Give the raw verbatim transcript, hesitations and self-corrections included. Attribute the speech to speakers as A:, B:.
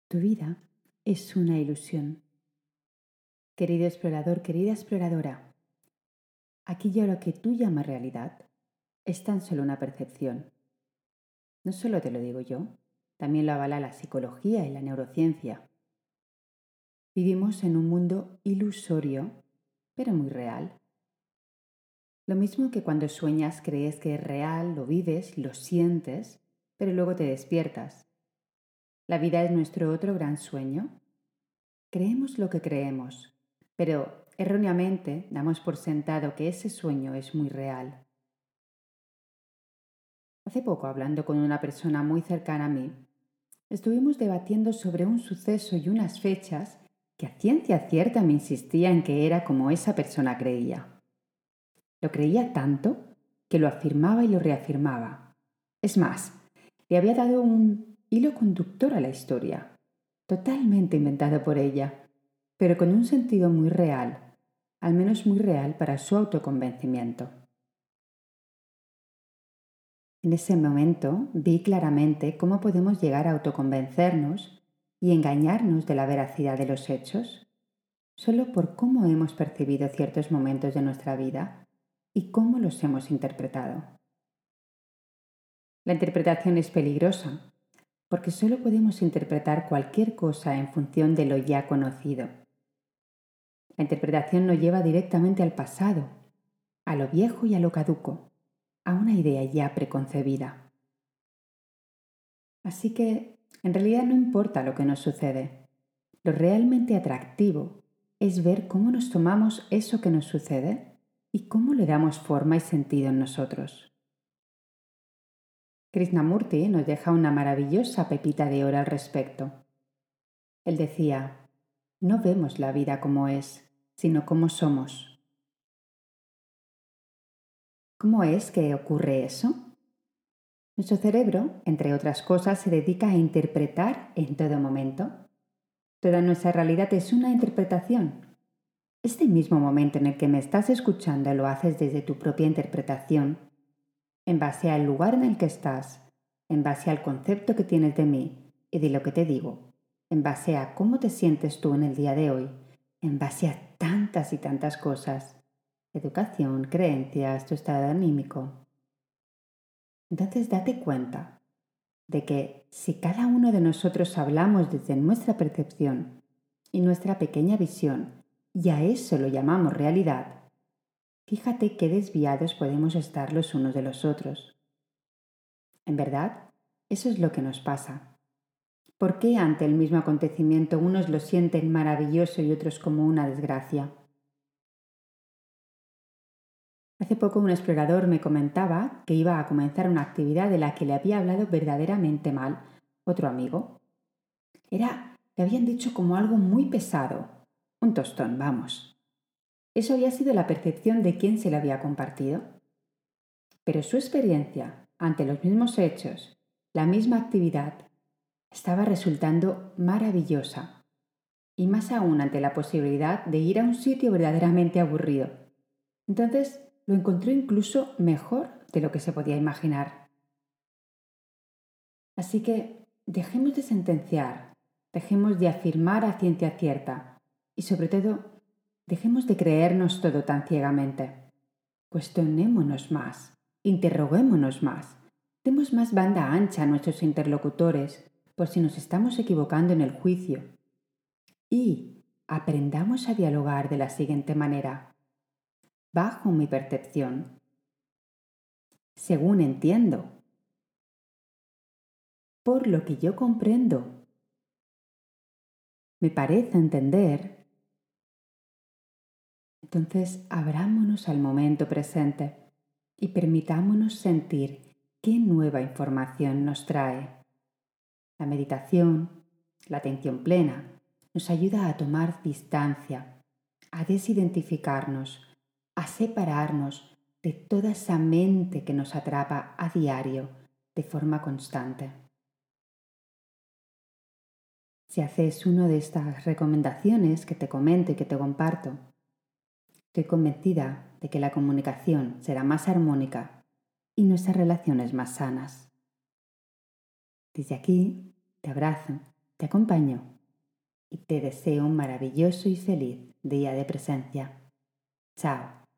A: Tu vida es una ilusión. Querido explorador, querida exploradora, aquí ya lo que tú llamas realidad es tan solo una percepción. No solo te lo digo yo, también lo avala la psicología y la neurociencia. Vivimos en un mundo ilusorio, pero muy real. Lo mismo que cuando sueñas crees que es real, lo vives, lo sientes, pero luego te despiertas. La vida es nuestro otro gran sueño. Creemos lo que creemos, pero erróneamente damos por sentado que ese sueño es muy real. Hace poco, hablando con una persona muy cercana a mí, estuvimos debatiendo sobre un suceso y unas fechas que a ciencia cierta me insistía en que era como esa persona creía. Lo creía tanto que lo afirmaba y lo reafirmaba. Es más, le había dado un hilo conductor a la historia, totalmente inventado por ella, pero con un sentido muy real, al menos muy real para su autoconvencimiento. En ese momento vi claramente cómo podemos llegar a autoconvencernos y engañarnos de la veracidad de los hechos, solo por cómo hemos percibido ciertos momentos de nuestra vida y cómo los hemos interpretado. La interpretación es peligrosa, porque solo podemos interpretar cualquier cosa en función de lo ya conocido. La interpretación nos lleva directamente al pasado, a lo viejo y a lo caduco, a una idea ya preconcebida. Así que, en realidad no importa lo que nos sucede. Lo realmente atractivo es ver cómo nos tomamos eso que nos sucede y cómo le damos forma y sentido en nosotros. Krishnamurti nos deja una maravillosa pepita de oro al respecto. Él decía, no vemos la vida como es, sino como somos. ¿Cómo es que ocurre eso? Nuestro cerebro, entre otras cosas, se dedica a interpretar en todo momento. Toda nuestra realidad es una interpretación. Este mismo momento en el que me estás escuchando lo haces desde tu propia interpretación, en base al lugar en el que estás, en base al concepto que tienes de mí y de lo que te digo, en base a cómo te sientes tú en el día de hoy, en base a tantas y tantas cosas, educación, creencias, tu estado anímico. Entonces date cuenta de que si cada uno de nosotros hablamos desde nuestra percepción y nuestra pequeña visión, y a eso lo llamamos realidad, fíjate qué desviados podemos estar los unos de los otros. En verdad, eso es lo que nos pasa. ¿Por qué ante el mismo acontecimiento unos lo sienten maravilloso y otros como una desgracia? Hace poco un explorador me comentaba que iba a comenzar una actividad de la que le había hablado verdaderamente mal otro amigo. Era, le habían dicho como algo muy pesado, un tostón, vamos. Eso había sido la percepción de quien se lo había compartido. Pero su experiencia ante los mismos hechos, la misma actividad, estaba resultando maravillosa, y más aún ante la posibilidad de ir a un sitio verdaderamente aburrido. Entonces lo encontró incluso mejor de lo que se podía imaginar. Así que dejemos de sentenciar, dejemos de afirmar a ciencia cierta y sobre todo dejemos de creernos todo tan ciegamente. Cuestionémonos más, interroguémonos más, demos más banda ancha a nuestros interlocutores por si nos estamos equivocando en el juicio y aprendamos a dialogar de la siguiente manera. Bajo mi percepción, según entiendo, por lo que yo comprendo, me parece entender, entonces abrámonos al momento presente y permitámonos sentir qué nueva información nos trae. La meditación, la atención plena, nos ayuda a tomar distancia, a desidentificarnos, a separarnos de toda esa mente que nos atrapa a diario de forma constante. Si haces una de estas recomendaciones que te comento y que te comparto, estoy convencida de que la comunicación será más armónica y nuestras relaciones más sanas. Desde aquí te abrazo Te acompaño y te deseo un maravilloso y feliz día de presencia. Chao.